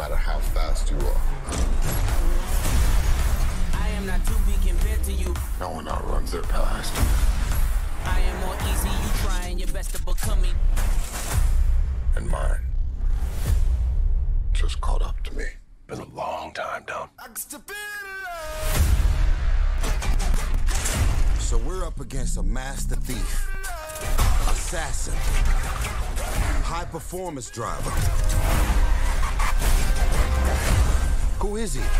matter how fast you are. I am not to be compared to you. No one outruns their past. I am more easy, you trying your best to become me. And mine just caught up to me. Been a long time, Dom. So we're up against a master thief, assassin, high performance driver. Who is he?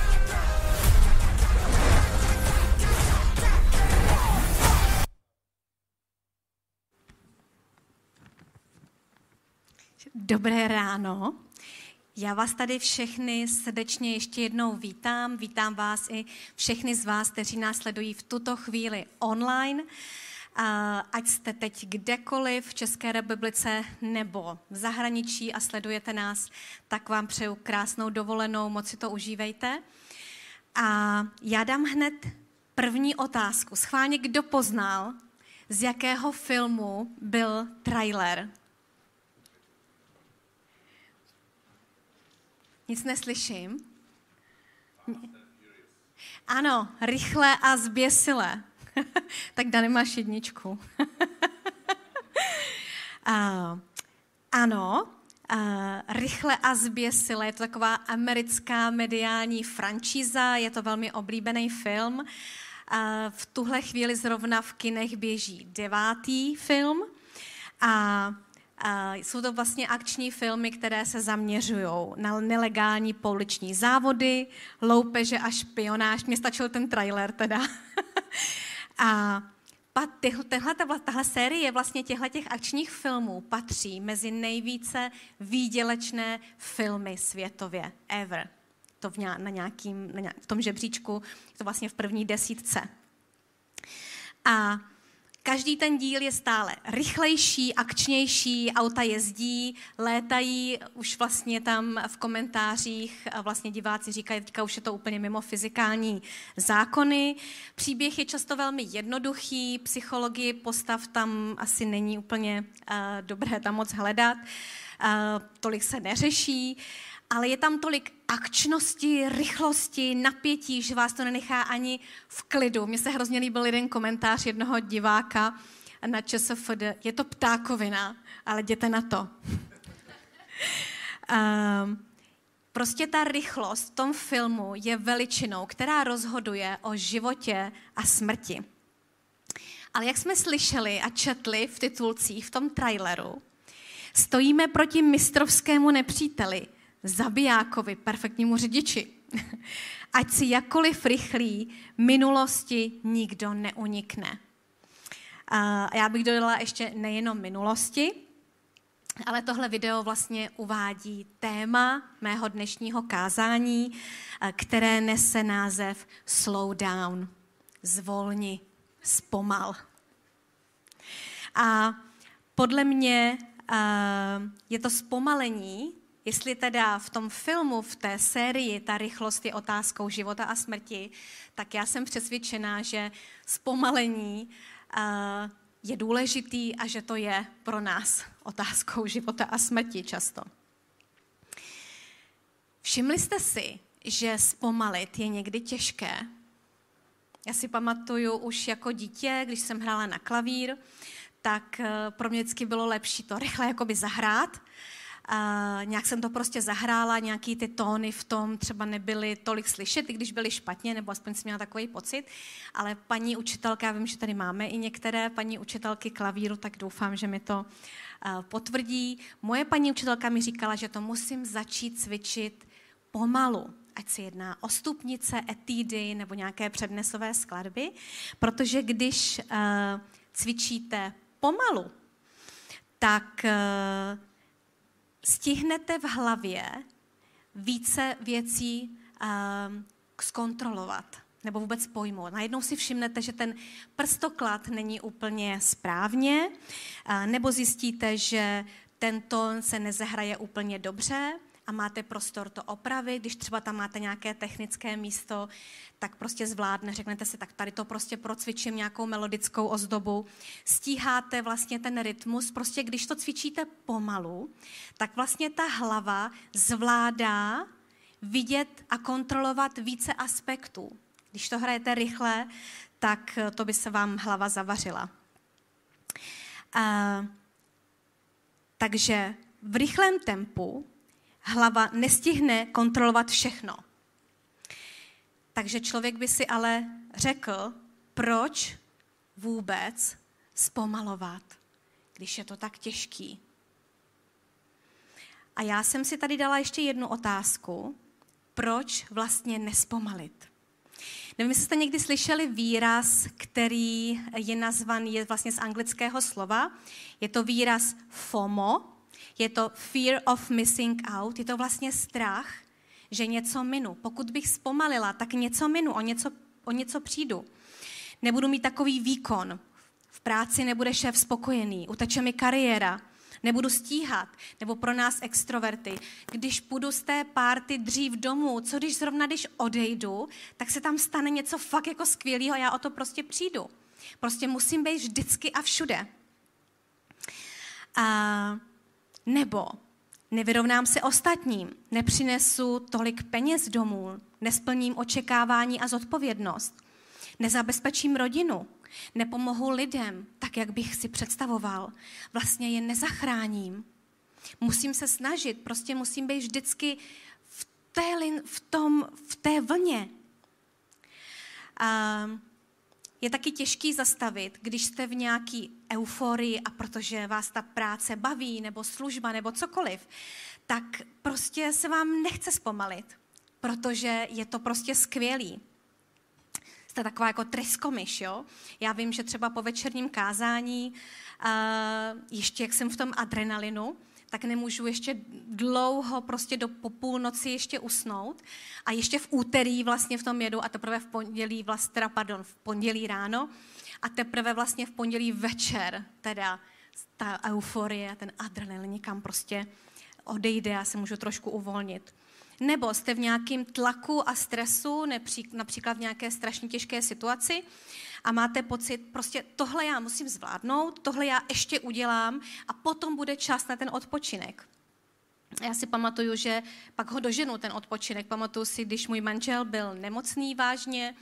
Dobré ráno. Já vás tady všechny srdečně ještě jednou vítám. Vítám vás i všechny z vás, kteří nás sledují v tuto chvíli online. Ať jste teď kdekoliv v České republice nebo v zahraničí a sledujete nás, tak vám přeju krásnou dovolenou, moc si to užívejte. A já dám hned první otázku. Schválně, kdo poznal, z jakého filmu byl trailer? Nic neslyším. Ano, Rychle a zběsile. Tak Dany, máš jedničku. Ano, Rychle a zběsile. Je to taková americká mediální franšíza, je to velmi oblíbený film. V tuhle chvíli zrovna v kinech běží 9. film a jsou to vlastně akční filmy, které se zaměřují na nelegální pouliční závody, loupeže a špionáž. Mně stačil ten trailer teda. A tahle série vlastně těchto akčních filmů patří mezi nejvíce výdělečné filmy světově ever. To v tom žebříčku je to vlastně v první 10. A každý ten díl je stále rychlejší, akčnější, auta jezdí, létají, už vlastně tam v komentářích vlastně diváci říkají, teďka už je to úplně mimo fyzikální zákony. Příběh je často velmi jednoduchý, psychologii postav tam asi není úplně dobré tam moc hledat, tolik se neřeší, ale je tam tolik akčnosti, rychlosti, napětí, že vás to nenechá ani v klidu. Mně se hrozně líbil jeden komentář jednoho diváka na ČSFD. Je to ptákovina, ale jděte na to. Prostě ta rychlost v tom filmu je veličinou, která rozhoduje o životě a smrti. Ale jak jsme slyšeli a četli v titulcích, v tom traileru, stojíme proti mistrovskému nepříteli, zabijákovi, perfektnímu řidiči. Ať si jakkoliv rychlý, minulosti nikdo neunikne. A já bych dodala ještě nejenom minulosti, ale tohle video vlastně uvádí téma mého dnešního kázání, které nese název Slow down, zvolni, zpomal. A podle mě je to zpomalení. Jestli teda v tom filmu, v té sérii, ta rychlost je otázkou života a smrti, tak já jsem přesvědčená, že zpomalení je důležitý a že to je pro nás otázkou života a smrti často. Všimli jste si, že zpomalit je někdy těžké? Já si pamatuju už jako dítě, když jsem hrála na klavír, tak pro mě vždycky bylo lepší to rychle jakoby zahrát. Nějak jsem to prostě zahrála, nějaký ty tóny v tom třeba nebyly tolik slyšet, i když byly špatně, nebo aspoň jsem měla takový pocit, ale paní učitelka, já vím, že tady máme i některé paní učitelky klavíru, tak doufám, že mi to potvrdí. Moje paní učitelka mi říkala, že to musím začít cvičit pomalu, ať se jedná o stupnice, etídy nebo nějaké přednesové skladby, protože když cvičíte pomalu, tak stihnete v hlavě více věcí zkontrolovat nebo vůbec pojmout. Najednou si všimnete, že ten prstoklad není úplně správně, nebo zjistíte, že ten tón se nezahraje úplně dobře a máte prostor to opravit. Když třeba tam máte nějaké technické místo, tak prostě zvládne, řeknete si, tak tady to prostě procvičím nějakou melodickou ozdobu. Stíháte vlastně ten rytmus, prostě když to cvičíte pomalu, tak vlastně ta hlava zvládá vidět a kontrolovat více aspektů. Když to hrajete rychle, tak to by se vám hlava zavařila. Takže v rychlém tempu hlava nestihne kontrolovat všechno. Takže člověk by si ale řekl, proč vůbec zpomalovat, když je to tak těžký. A já jsem si tady dala ještě jednu otázku, proč vlastně nespomalit. Nevím, jestli jste někdy slyšeli výraz, který je nazvaný, je vlastně z anglického slova. Je to výraz FOMO, je to Fear of Missing Out, je to vlastně strach, že něco minu. Pokud bych zpomalila, tak něco minu, o něco přijdu. Nebudu mít takový výkon, v práci nebude šéf spokojený, uteče mi kariéra, nebudu stíhat, nebo pro nás extroverty. Když půjdu z té party dřív domů, co když odejdu, tak se tam stane něco fakt jako skvělého a já o to prostě přijdu. Prostě musím být vždycky a všude. Nebo nevyrovnám se ostatním, nepřinesu tolik peněz domů, nesplním očekávání a zodpovědnost, nezabezpečím rodinu, nepomohu lidem tak, jak bych si představoval, vlastně je nezachráním. Musím se snažit, prostě musím být vždycky v té vlně. Je taky těžký zastavit, když jste v nějaký euforii a protože vás ta práce baví, nebo služba, nebo cokoliv, tak prostě se vám nechce zpomalit, protože je to prostě skvělý. Jste taková jako tryskomyš, jo? Já vím, že třeba po večerním kázání, ještě jak jsem v tom adrenalinu, tak nemůžu ještě dlouho, prostě po půlnoci ještě usnout a ještě v úterý vlastně v tom jedu a teprve v pondělí ráno a teprve vlastně v pondělí večer, teda ta euforie, ten adrenalin někam prostě odejde a se můžu trošku uvolnit. Nebo jste v nějakém tlaku a stresu, například v nějaké strašně těžké situaci a máte pocit, prostě tohle já musím zvládnout, tohle já ještě udělám a potom bude čas na ten odpočinek. Já si pamatuju, že pak ho doženu, ten odpočinek. Pamatuju si, když můj manžel byl nemocný vážně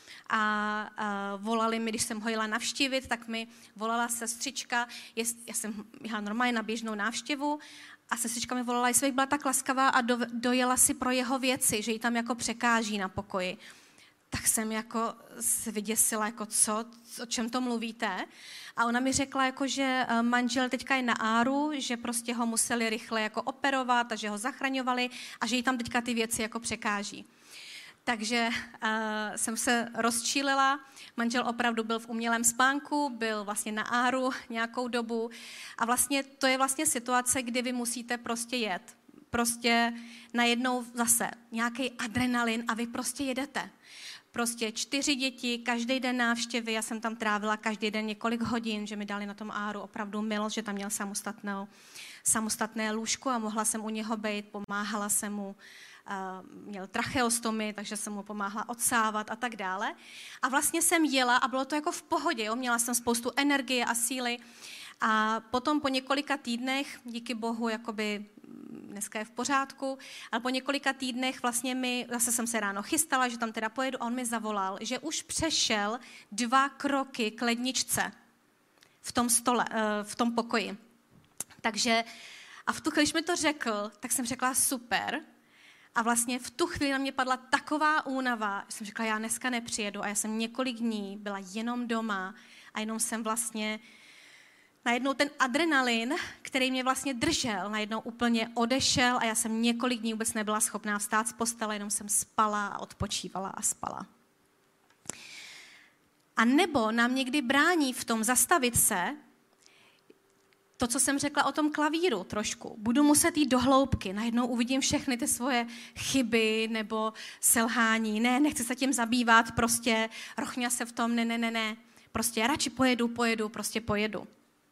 a volali mi, když jsem ho jela navštívit, tak mi volala sestřička, já jsem jela normálně na běžnou návštěvu a sestřička mi volala, jestli byla tak laskavá a dojela si pro jeho věci, že jí tam jako překáží na pokoji. Tak jsem jako se vyděsila, jako co, o čem to mluvíte? A ona mi řekla, jako, že manžel teďka je na áru, že prostě ho museli rychle jako operovat a že ho zachraňovali a že jí tam teďka ty věci jako překáží. Takže jsem se rozčílila, manžel opravdu byl v umělém spánku, byl vlastně na áru nějakou dobu a vlastně to je vlastně situace, kdy vy musíte prostě jet. Prostě najednou zase nějaký adrenalin a vy prostě jedete. Prostě 4 děti, každý den návštěvy, já jsem tam trávila každý den několik hodin, že mi dali na tom áru opravdu milost, že tam měl samostatné lůžko a mohla jsem u něho být, pomáhala jsem mu, měl tracheostomy, takže jsem mu pomáhala odsávat a tak dále. A vlastně jsem jela a bylo to jako v pohodě, jo? Měla jsem spoustu energie a síly a potom po několika týdnech, díky bohu, jakoby dneska je v pořádku, ale po několika týdnech vlastně zase jsem se ráno chystala, že tam teda pojedu a on mi zavolal, že už přešel 2 kroky k ledničce v tom stole, v tom pokoji. Takže a v tu chvíli, když mi to řekl, tak jsem řekla super a vlastně v tu chvíli na mě padla taková únava, že jsem řekla, já dneska nepřijedu a já jsem několik dní byla jenom doma a jenom jsem vlastně najednou ten adrenalin, který mě vlastně držel, najednou úplně odešel a já jsem několik dní vůbec nebyla schopná vstát z postele, jenom jsem spala a odpočívala a spala. A nebo nám někdy brání v tom zastavit se, to, co jsem řekla o tom klavíru trošku. Budu muset jít do hloubky, najednou uvidím všechny ty svoje chyby nebo selhání. Ne, nechci se tím zabývat, prostě rochňa se v tom, ne. Prostě já radši pojedu.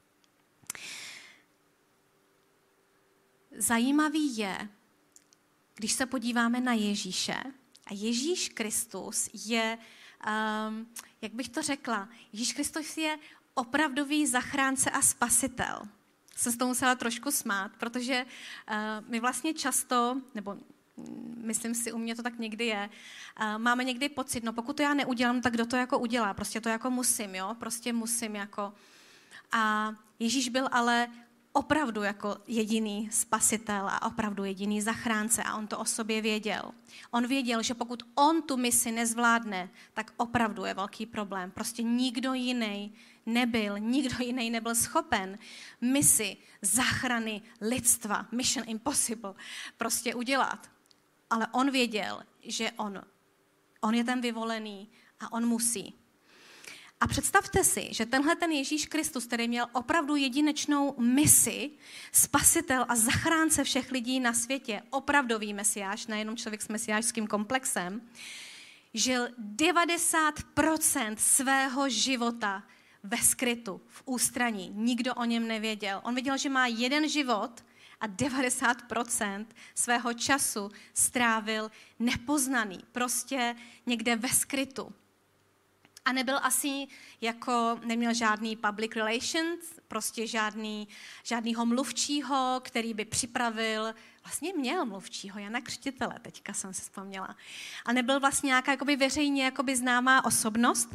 Zajímavý je, když se podíváme na Ježíše, a Ježíš Kristus je, jak bych to řekla, Ježíš Kristus je opravdový zachránce a spasitel. Jsem se tomu musela trošku smát, protože my vlastně často, nebo Myslím si, u mě to tak někdy je. Máme někdy pocit, no pokud to já neudělám, tak kdo to jako udělá? Prostě to jako musím, jo? Prostě musím jako. A Ježíš byl ale opravdu jako jediný spasitel a opravdu jediný zachránce a on to o sobě věděl. On věděl, že pokud on tu misi nezvládne, tak opravdu je velký problém. Prostě nikdo jiný nebyl schopen misi záchrany lidstva, Mission Impossible, prostě udělat. Ale on věděl, že on je ten vyvolený a on musí. A představte si, že tenhle ten Ježíš Kristus, který měl opravdu jedinečnou misi, spasitel a zachránce všech lidí na světě, opravdový mesiáš, nejenom člověk s mesiášským komplexem, žil 90% svého života ve skrytu, v ústraní. Nikdo o něm nevěděl. On věděl, že má jeden život a 90% svého času strávil nepoznaný, prostě někde ve skrytu. A neměl žádný public relations, prostě žádnýho mluvčího, který by připravil, vlastně měl mluvčího, Jana Křtitele, teďka jsem si vzpomněla. A nebyl vlastně nějaká jakoby veřejně jakoby známá osobnost.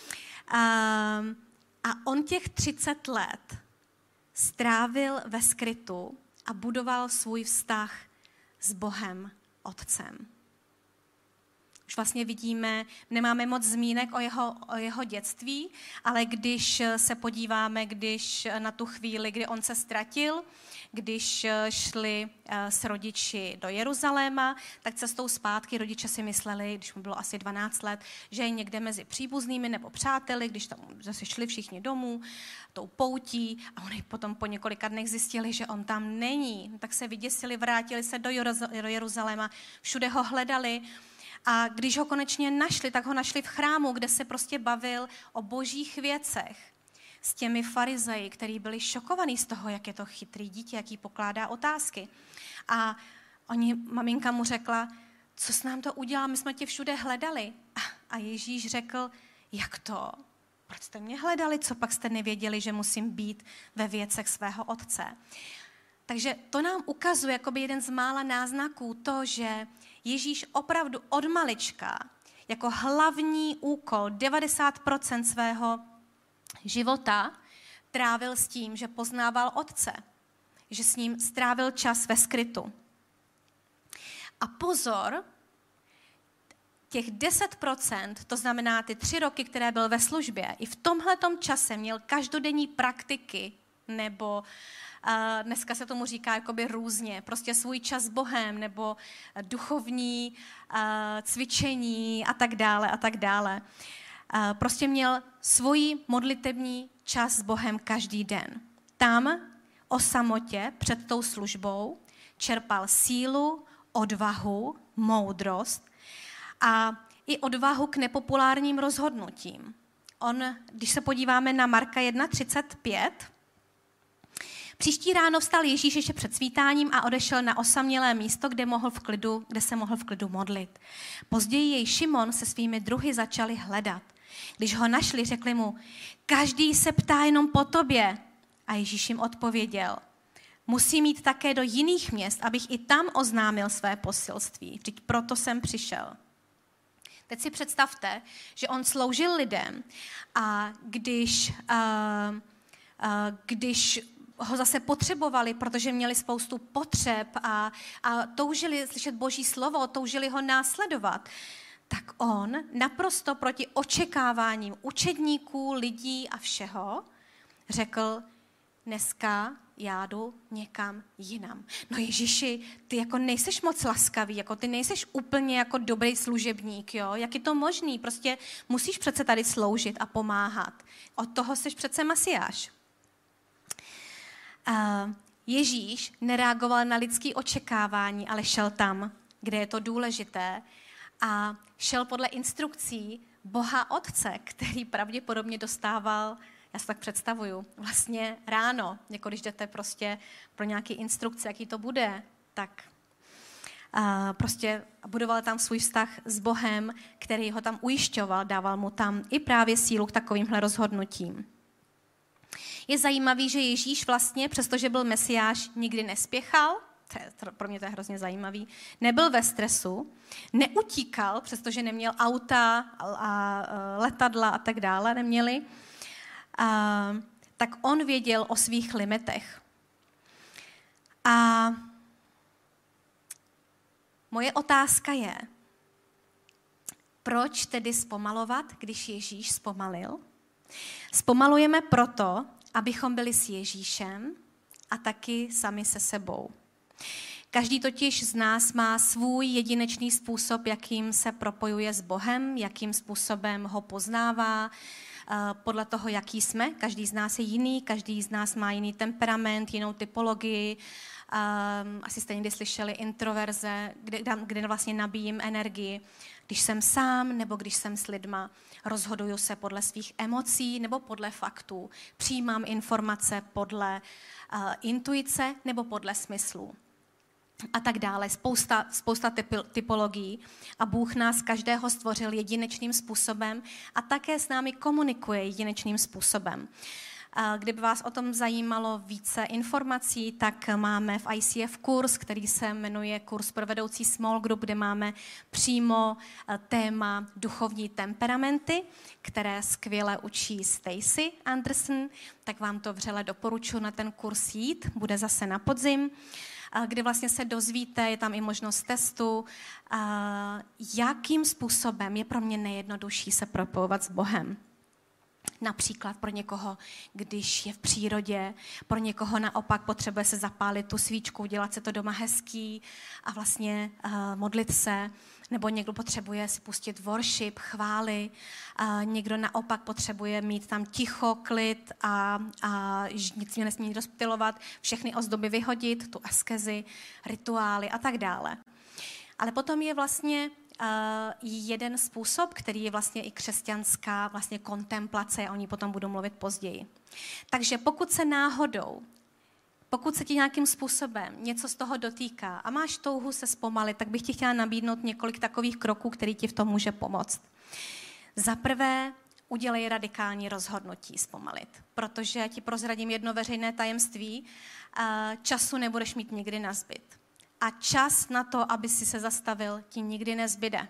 A on těch 30 let strávil ve skrytu a budoval svůj vztah s Bohem Otcem. Už vlastně vidíme, nemáme moc zmínek o jeho dětství, ale když se podíváme, na tu chvíli, kdy on se ztratil, když šli s rodiči do Jeruzaléma, tak cestou zpátky rodiče si mysleli, když mu bylo asi 12 let, že je někde mezi příbuznými nebo přáteli, když tam zase šli všichni domů, tou poutí a oni potom po několika dnech zjistili, že on tam není. Tak se vyděsili, vrátili se do Jeruzaléma, všude ho hledali. A když ho konečně našli, tak ho našli v chrámu, kde se prostě bavil o božích věcech s těmi farizeji, kteří byli šokovaní z toho, jak je to chytrý dítě, jaký pokládá otázky. A maminka mu řekla, co s nám to udělal, my jsme tě všude hledali. A Ježíš řekl, jak to? Proč jste mě hledali? Co pak jste nevěděli, že musím být ve věcech svého otce? Takže to nám ukazuje jakoby jeden z mála náznaků to, že Ježíš opravdu od malička jako hlavní úkol 90% svého života trávil s tím, že poznával Otce, že s ním strávil čas ve skrytu. A pozor, těch 10%, to znamená ty 3 roky, které byl ve službě, i v tomhletom čase měl každodenní praktiky nebo dneska se tomu říká jakoby různě, prostě svůj čas s Bohem nebo duchovní cvičení a tak dále a tak dále. Prostě měl svůj modlitební čas s Bohem každý den. Tam o samotě před tou službou čerpal sílu, odvahu, moudrost a i odvahu k nepopulárním rozhodnutím. Když se podíváme na Marka 1:35, příští ráno vstal Ježíš ještě před svítáním a odešel na osamělé místo, kde se mohl v klidu modlit. Později jej Šimon se svými druhy začali hledat. Když ho našli, řekli mu, každý se ptá jenom po tobě. A Ježíš jim odpověděl, musím jít také do jiných měst, abych i tam oznámil své poselství. Vždyť proto jsem přišel. Teď si představte, že on sloužil lidem a když ho zase potřebovali, protože měli spoustu potřeb a toužili slyšet Boží slovo, toužili ho následovat, tak on naprosto proti očekáváním učedníků, lidí a všeho řekl, dneska já jdu někam jinam. No Ježíši, ty jako nejseš moc laskavý, jako ty nejseš úplně jako dobrý služebník, jo? Jak je to možný? Prostě musíš přece tady sloužit a pomáhat. Od toho jsi přece Mesiáš. Ježíš nereagoval na lidské očekávání, ale šel tam, kde je to důležité a šel podle instrukcí Boha Otce, který pravděpodobně dostával, já si tak představuju, vlastně ráno, jako když jdete prostě pro nějaké instrukce, jaký to bude, tak prostě budoval tam svůj vztah s Bohem, který ho tam ujišťoval, dával mu tam i právě sílu k takovýmhle rozhodnutím. Je zajímavý, že Ježíš vlastně, přestože byl Mesiáš, nikdy nespěchal, pro mě to je hrozně zajímavý, nebyl ve stresu, neutíkal, přestože neměl auta a letadla a tak dále, neměli, tak on věděl o svých limitech. A moje otázka je, proč tedy zpomalovat, když Ježíš zpomalil? Zpomalujeme proto, abychom byli s Ježíšem a taky sami se sebou. Každý totiž z nás má svůj jedinečný způsob, jakým se propojuje s Bohem, jakým způsobem ho poznává, podle toho, jaký jsme. Každý z nás je jiný, každý z nás má jiný temperament, jinou typologii. Asi jste někdy slyšeli introverze, kde vlastně nabíjím energii. Když jsem sám nebo když jsem s lidma, rozhoduju se podle svých emocí nebo podle faktů. Přijímám informace podle intuice nebo podle smyslů. A tak dále. Spousta typologií. A Bůh nás každého stvořil jedinečným způsobem a také s námi komunikuje jedinečným způsobem. Kdyby vás o tom zajímalo více informací, tak máme v ICF kurz, který se jmenuje Kurz pro vedoucí small group, kde máme přímo téma duchovní temperamenty, které skvěle učí Stacy Anderson, tak vám to vřele doporučuji na ten kurz jít, bude zase na podzim, kdy vlastně se dozvíte, je tam i možnost testu, jakým způsobem je pro mě nejjednodušší se propojovat s Bohem. Například pro někoho, když je v přírodě, pro někoho naopak potřebuje se zapálit tu svíčku, dělat se to doma hezký a vlastně modlit se, nebo někdo potřebuje si pustit worship, chvály, někdo naopak potřebuje mít tam ticho, klid a nic mě nesmí rozptylovat, všechny ozdoby vyhodit, tu askezi, rituály a tak dále. Ale potom je vlastně jeden způsob, který je vlastně i křesťanská vlastně kontemplace, o ní potom budu mluvit později. Takže pokud se ti nějakým způsobem něco z toho dotýká a máš touhu se zpomalit, tak bych ti chtěla nabídnout několik takových kroků, který ti v tom může pomoct. Za prvé, udělej radikální rozhodnutí zpomalit, protože ti prozradím jedno veřejné tajemství, času nebudeš mít nikdy nazbyt. A čas na to, aby si se zastavil, ti nikdy nezbyde.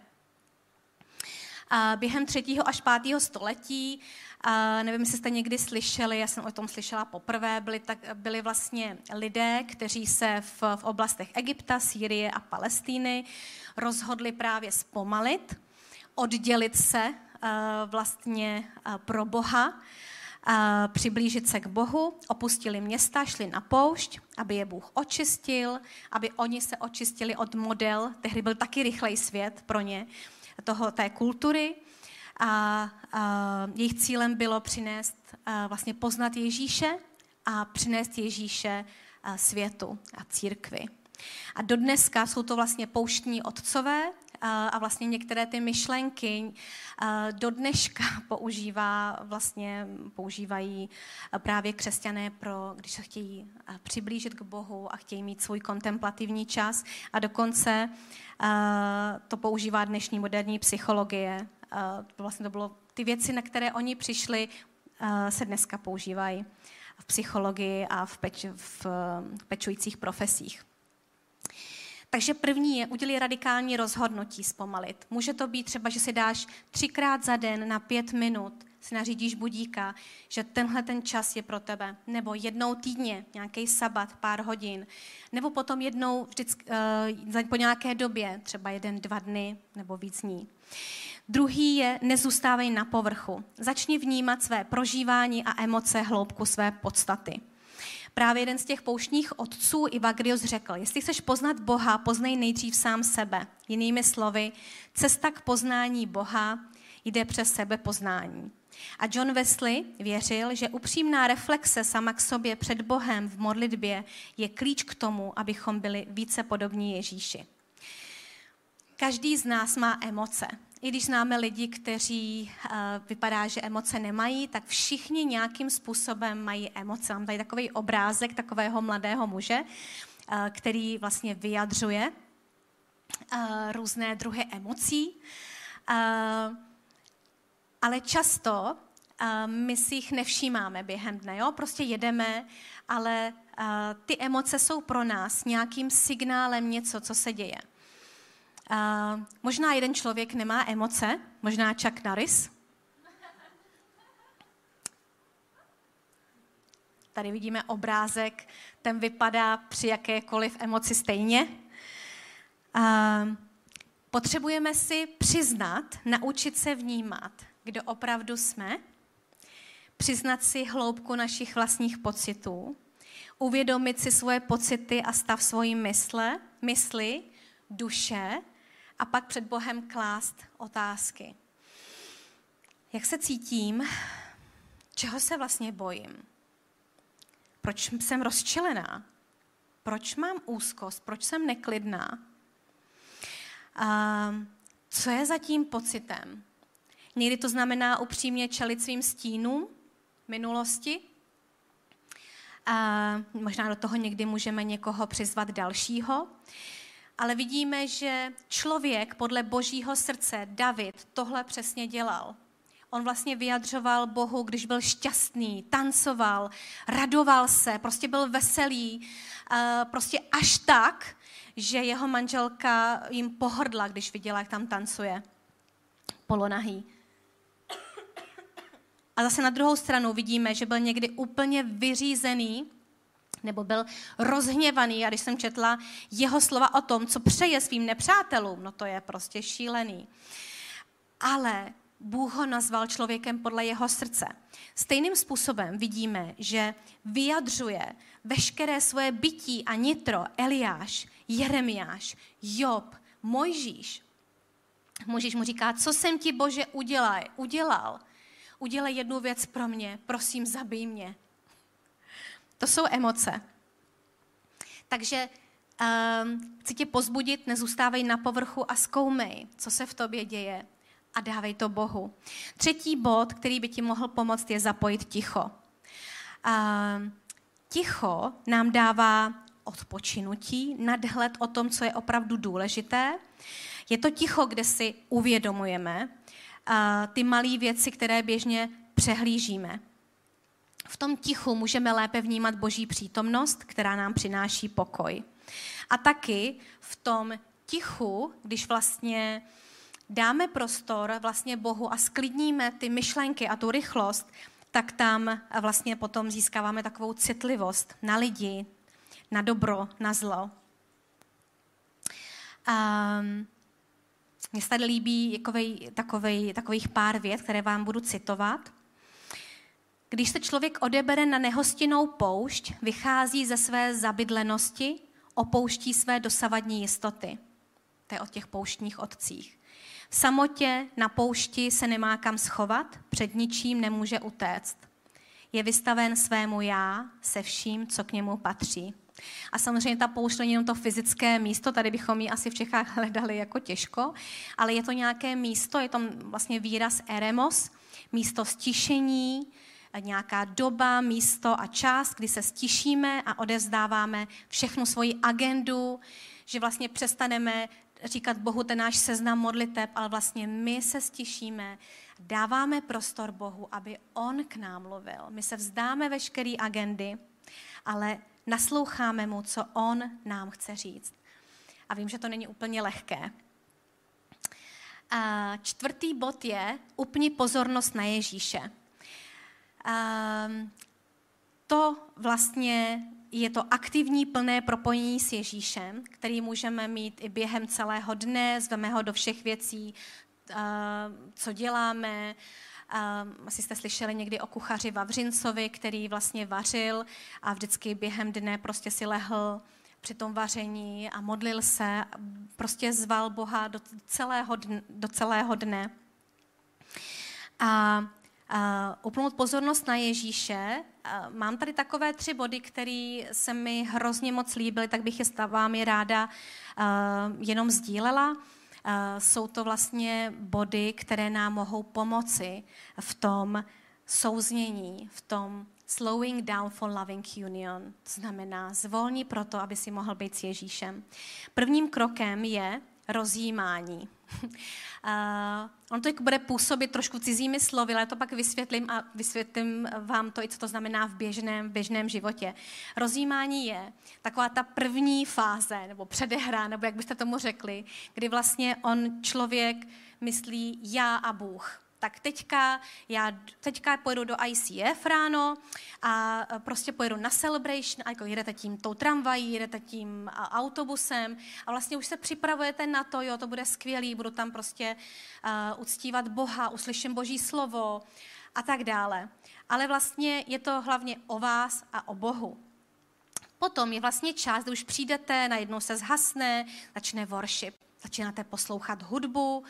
Během 3. až 5. století, nevím, jestli jste někdy slyšeli, já jsem o tom slyšela poprvé, byli vlastně lidé, kteří se v oblastech Egypta, Sýrie a Palestíny rozhodli právě zpomalit, oddělit se vlastně pro Boha, přiblížit se k Bohu, opustili města, šli na poušť, aby je Bůh očistil, aby oni se očistili od model, tehdy byl taky rychlej svět pro ně, té kultury a jejich cílem bylo přinést, vlastně poznat Ježíše a přinést Ježíše světu a církvi. A dodneska jsou to vlastně pouštní otcové a vlastně některé ty myšlenky do dneška používají právě křesťané, když se chtějí přiblížit k Bohu a chtějí mít svůj kontemplativní čas a dokonce to používá dnešní moderní psychologie. Vlastně to bylo ty věci, na které oni přišli, se dneska používají v psychologii a v pečujících profesích. Takže první je, udělej radikální rozhodnutí zpomalit. Může to být třeba, že si dáš 3krát za den na 5 minut, si nařídíš budíka, že tenhle ten čas je pro tebe. Nebo jednou týdně, nějaký sabat, pár hodin. Nebo potom jednou po nějaké době, třeba 1-2 dny nebo víc dní. Druhý je, nezůstávej na povrchu. Začni vnímat své prožívání a emoce, hloubku své podstaty. Právě jeden z těch pouštních otců, Evagrius, řekl, jestli chceš poznat Boha, poznej nejdřív sám sebe. Jinými slovy, cesta k poznání Boha jde přes sebepoznání. A John Wesley věřil, že upřímná reflexe sama k sobě před Bohem v modlitbě je klíč k tomu, abychom byli více podobní Ježíši. Každý z nás má emoce. I když známe lidi, kteří vypadá, že emoce nemají, tak všichni nějakým způsobem mají emoce. Mám tady takový obrázek takového mladého muže, který vlastně vyjadřuje různé druhy emocí, ale často my si jich nevšímáme během dne. Jo? Prostě jedeme, ale ty emoce jsou pro nás nějakým signálem něco, co se děje. Možná jeden člověk nemá emoce, možná Chuck Norris. Tady vidíme obrázek, ten vypadá při jakékoliv emoci stejně. Potřebujeme si přiznat, naučit se vnímat, kdo opravdu jsme, přiznat si hloubku našich vlastních pocitů, uvědomit si svoje pocity a stav svojí mysli, duše a pak před Bohem klást otázky. Jak se cítím? Čeho se vlastně bojím? Proč jsem rozčilená? Proč mám úzkost? Proč jsem neklidná? Co je za tím pocitem? Někdy to znamená upřímně čelit svým stínům minulosti. Možná do toho někdy můžeme někoho přizvat dalšího. Ale vidíme, že člověk podle Božího srdce, David, tohle přesně dělal. On vlastně vyjadřoval Bohu, když byl šťastný, tancoval, radoval se, prostě byl veselý, prostě až tak, že jeho manželka jim pohrdla, když viděla, jak tam tancuje polonahý. A zase na druhou stranu vidíme, že byl někdy úplně vyřízený, nebo byl rozhněvaný. A když jsem četla jeho slova o tom, co přeje svým nepřátelům, no to je prostě šílený. Ale Bůh ho nazval člověkem podle jeho srdce. Stejným způsobem vidíme, že vyjadřuje veškeré svoje bytí a nitro Eliáš, Jeremiáš, Job, Mojžíš. Mojžíš mu říká, co jsem ti, Bože, udělal. Udělej jednu věc pro mě, prosím, zabij mě. To jsou emoce. Takže chci tě pozbudit, nezůstávej na povrchu a zkoumej, co se v tobě děje a dávej to Bohu. Třetí bod, který by ti mohl pomoct, je zapojit ticho. Ticho nám dává odpočinutí, nadhled o tom, co je opravdu důležité. Je to ticho, kde si uvědomujeme ty malé věci, které běžně přehlížíme. V tom tichu můžeme lépe vnímat Boží přítomnost, která nám přináší pokoj. A taky v tom tichu, když vlastně dáme prostor vlastně Bohu a sklidníme ty myšlenky a tu rychlost, tak tam vlastně potom získáváme takovou citlivost na lidi, na dobro, na zlo. Mně se tady líbí takových pár vět, které vám budu citovat. Když se člověk odebere na nehostinnou poušť, vychází ze své zabydlenosti, opouští své dosavadní jistoty. To je o těch pouštních otcích. V samotě na poušti se nemá kam schovat, před ničím nemůže utéct. Je vystaven svému já se vším, co k němu patří. A samozřejmě ta poušť není jenom to fyzické místo, tady bychom ji asi v Čechách hledali jako těžko, ale je to nějaké místo, je to vlastně výraz eremos, místo stišení, nějaká doba, místo a čas, kdy se stišíme a odevzdáváme všechnu svoji agendu, že vlastně přestaneme říkat Bohu ten náš seznam modliteb, ale vlastně my se stišíme, dáváme prostor Bohu, aby on k nám mluvil. My se vzdáme veškeré agendy, ale nasloucháme mu, co on nám chce říct. A vím, že to není úplně lehké. A čtvrtý bod je upni pozornost na Ježíše. To vlastně je to aktivní plné propojení s Ježíšem, který můžeme mít i během celého dne, zveme ho do všech věcí, co děláme. Asi jste slyšeli někdy o kuchaři Vavřincovi, který vlastně vařil a vždycky během dne prostě si lehl při tom vaření a modlil se, prostě zval Boha do celého dne. A upnout pozornost na Ježíše. Mám tady takové 3 body, které se mi hrozně moc líbily, tak bych je s vámi ráda jenom sdílela. Jsou to vlastně body, které nám mohou pomoci v tom souznění, v tom slowing down for loving union. To znamená zvolni proto, aby si mohl být s Ježíšem. Prvním krokem je rozjímání. On to bude působit trošku cizími slovy, ale to pak vysvětlím a vysvětlím vám to, i co to znamená v běžném životě. Rozjímání je taková ta první fáze, nebo předehra, nebo jak byste tomu řekli, kdy vlastně člověk myslí já a Bůh. Tak teďka pojedu do ICF ráno a prostě pojedu na celebration, a jako jedete tím tou tramvají, jedete tím autobusem a vlastně už se připravujete na to, jo, to bude skvělý, budu tam prostě uctívat Boha, uslyším Boží slovo a tak dále. Ale vlastně je to hlavně o vás a o Bohu. Potom je vlastně čas, kdy už přijdete, najednou se zhasne, začne worship, začínáte poslouchat hudbu,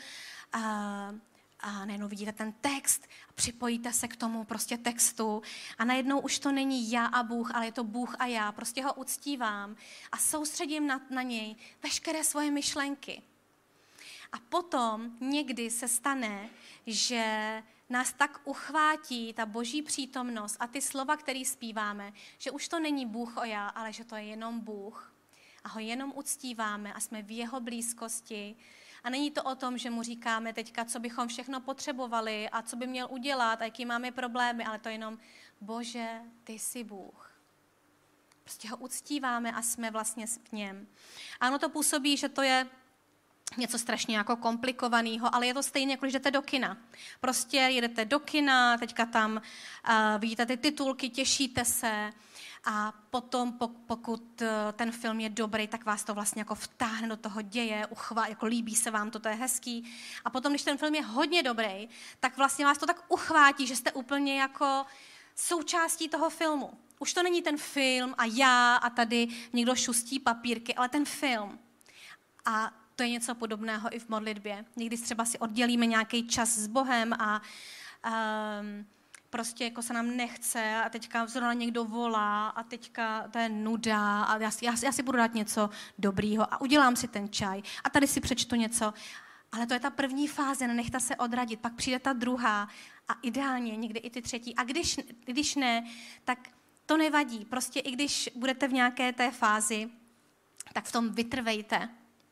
a najednou vidíte ten text a připojíte se k tomu prostě textu a najednou už to není já a Bůh, ale je to Bůh a já. Prostě ho uctívám a soustředím na něj veškeré svoje myšlenky. A potom někdy se stane, že nás tak uchvátí ta Boží přítomnost a ty slova, které zpíváme, že už to není Bůh a já, ale že to je jenom Bůh. A ho jenom uctíváme a jsme v jeho blízkosti. A není to o tom, že mu říkáme teďka, co bychom všechno potřebovali a co by měl udělat a jaký máme problémy, ale to je jenom, Bože, ty jsi Bůh. Prostě ho uctíváme a jsme vlastně v něm. A ono to působí, že to je něco strašně jako komplikovaného, ale je to stejně, jako když jdete do kina. Prostě jedete do kina, teďka tam vidíte ty titulky, těšíte se, a potom, pokud ten film je dobrý, tak vás to vlastně jako vtáhne do toho děje, jako líbí se vám to je hezký. A potom, když ten film je hodně dobrý, tak vlastně vás to tak uchvátí, že jste úplně jako součástí toho filmu. Už to není ten film a já a tady někdo šustí papírky, ale ten film. A to je něco podobného i v modlitbě. Někdy třeba si oddělíme nějaký čas s Bohem a prostě jako se nám nechce a teďka zrovna někdo volá a teďka to je nuda a já si budu dát něco dobrýho a udělám si ten čaj a tady si přečtu něco. Ale to je ta první fáze, nenechte se odradit, pak přijde ta druhá a ideálně někdy i ty třetí. A když ne, tak to nevadí. Prostě i když budete v nějaké té fázi, tak v tom vytrvejte.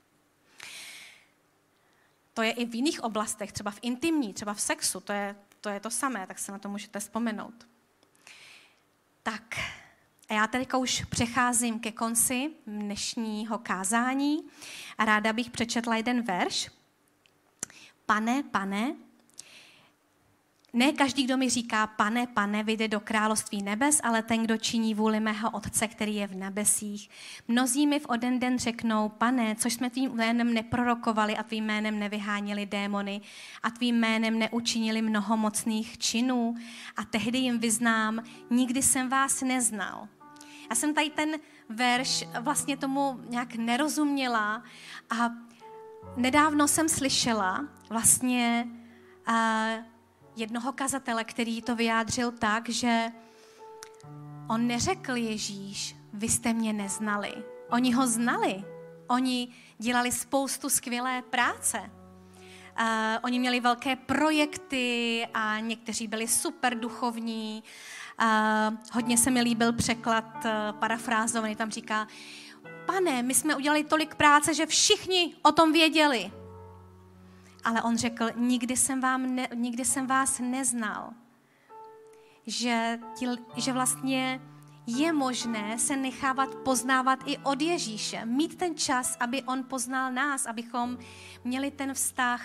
To je i v jiných oblastech, třeba v intimní, třeba v sexu, to je to samé, tak se na to můžete vzpomenout. Tak, a já teďka už přecházím ke konci dnešního kázání a ráda bych přečetla jeden verš. Pane, ne každý, kdo mi říká pane, vyjde do království nebes, ale ten, kdo činí vůli mého Otce, který je v nebesích. Mnozí mi v onen den řeknou, Pane, což jsme tvým jménem neprorokovali a tvým jménem nevyháněli démony a tvým jménem neučinili mnoho mocných činů. A tehdy jim vyznám, nikdy jsem vás neznal. Já jsem tady ten verš vlastně tomu nějak nerozuměla a nedávno jsem slyšela vlastně jednoho kazatele, který to vyjádřil tak, že on neřekl Ježíš, vy jste mě neznali. Oni ho znali. Oni dělali spoustu skvělé práce. Oni měli velké projekty a někteří byli super duchovní. Hodně se mi líbil překlad parafrázovaný, tam říká, Pane, my jsme udělali tolik práce, že všichni o tom věděli. Ale on řekl, nikdy jsem vás neznal. Že vlastně je možné se nechávat poznávat i od Ježíše. Mít ten čas, aby on poznal nás, abychom měli ten vztah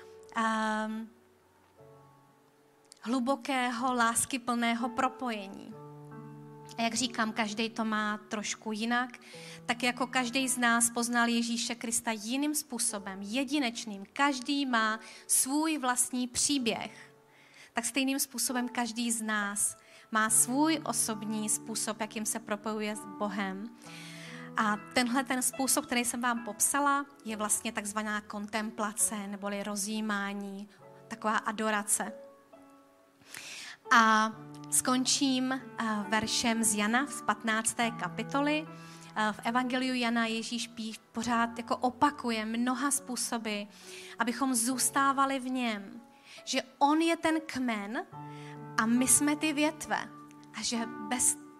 hlubokého, láskyplného propojení. A jak říkám, každý to má trošku jinak, tak jako každý z nás poznal Ježíše Krista jiným způsobem, jedinečným. Každý má svůj vlastní příběh. Tak stejným způsobem každý z nás má svůj osobní způsob, jakým se propojuje s Bohem. A tenhle ten způsob, který jsem vám popsala, je vlastně takzvaná kontemplace, neboli rozjímání, taková adorace. A skončím veršem z Jana z 15. kapitoly. V Evangeliu Jana Ježíš pořád jako opakuje mnoha způsoby, abychom zůstávali v něm. Že on je ten kmen a my jsme ty větve. A že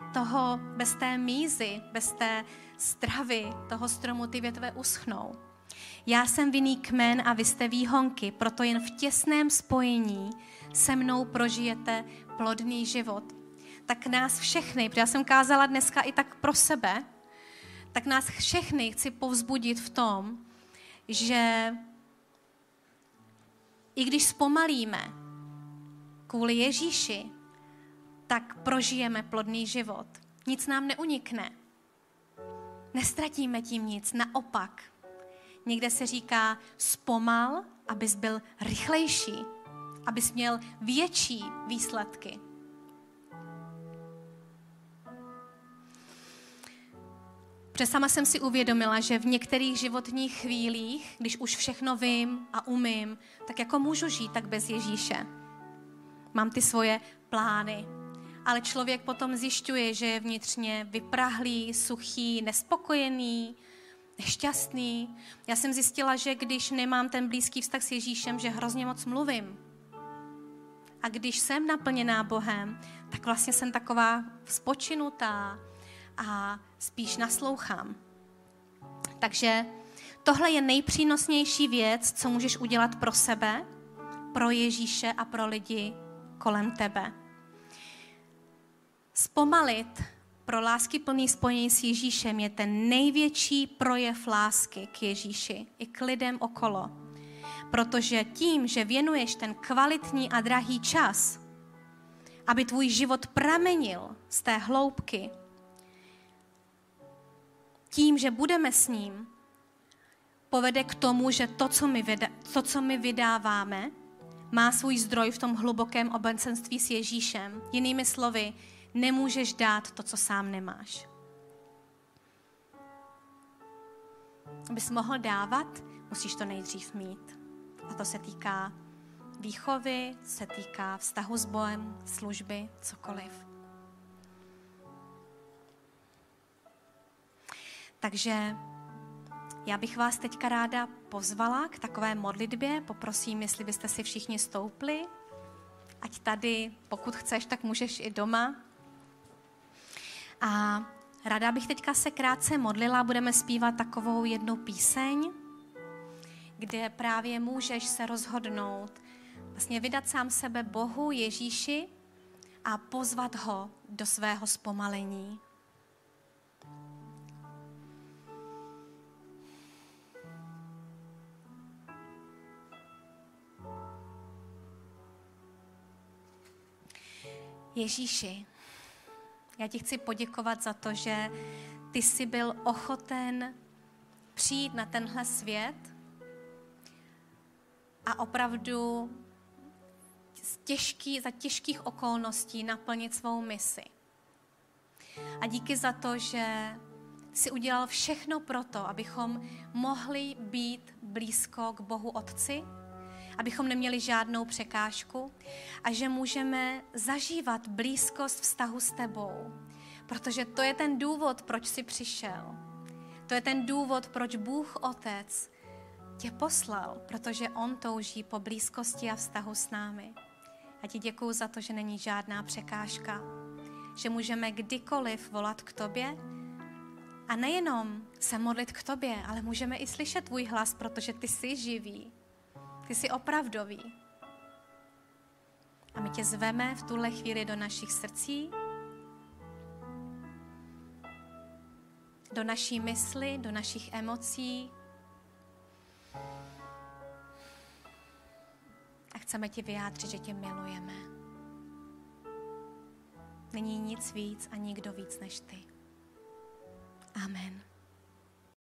bez té mízy, bez té stravy toho stromu ty větve uschnou. Já jsem vinný kmen a vy jste výhonky, proto jen v těsném spojení se mnou prožijete plodný život. Tak nás všechny, protože já jsem kázala dneska i tak pro sebe, tak nás všechny chci povzbudit v tom, že i když zpomalíme kvůli Ježíši, tak prožijeme plodný život. Nic nám neunikne. Nestratíme tím nic, naopak. Někde se říká zpomal, abys byl rychlejší, abys měl větší výsledky. Protože sama jsem si uvědomila, že v některých životních chvílích, když už všechno vím a umím, tak jako můžu žít tak bez Ježíše. Mám ty svoje plány, ale člověk potom zjišťuje, že je vnitřně vyprahlý, suchý, nespokojený, nešťastný. Já jsem zjistila, že když nemám ten blízký vztah s Ježíšem, že hrozně moc mluvím. A když jsem naplněná Bohem, tak vlastně jsem taková spočinutá a spíš naslouchám. Takže tohle je nejpřínosnější věc, co můžeš udělat pro sebe, pro Ježíše a pro lidi kolem tebe. Zpomalit pro láskyplný spojení s Ježíšem je ten největší projev lásky k Ježíši i k lidem okolo. Protože tím, že věnuješ ten kvalitní a drahý čas, aby tvůj život pramenil z té hloubky, tím, že budeme s ním, povede k tomu, že to, co my vydáváme, má svůj zdroj v tom hlubokém obecenství s Ježíšem. Jinými slovy, nemůžeš dát to, co sám nemáš. Abys mohl dávat, musíš to nejdřív mít. A to se týká výchovy, se týká vztahu s Bohem, služby, cokoliv. Takže já bych vás teďka ráda pozvala k takové modlitbě. Poprosím, jestli byste si všichni stoupli. Ať tady, pokud chceš, tak můžeš i doma. A ráda bych teďka se krátce modlila. Budeme zpívat takovou jednu píseň, kde právě můžeš se rozhodnout, vlastně vydat sám sebe Bohu, Ježíši a pozvat ho do svého zpomalení. Ježíši, já ti chci poděkovat za to, že ty jsi byl ochoten přijít na tenhle svět a opravdu za těžkých okolností naplnit svou misi. A díky za to, že jsi udělal všechno proto, abychom mohli být blízko k Bohu Otci, abychom neměli žádnou překážku a že můžeme zažívat blízkost vztahu s tebou. Protože to je ten důvod, proč jsi přišel. To je ten důvod, proč Bůh Otec tě poslal, protože on touží po blízkosti a vztahu s námi. A ti děkuju za to, že není žádná překážka, že můžeme kdykoliv volat k tobě a nejenom se modlit k tobě, ale můžeme i slyšet tvůj hlas, protože ty jsi živý. Ty jsi opravdový. A my tě zveme v tuhle chvíli do našich srdcí, do naší mysli, do našich emocí. A chceme ti vyjádřit, že tě milujeme. Není nic víc a nikdo víc než ty. Amen.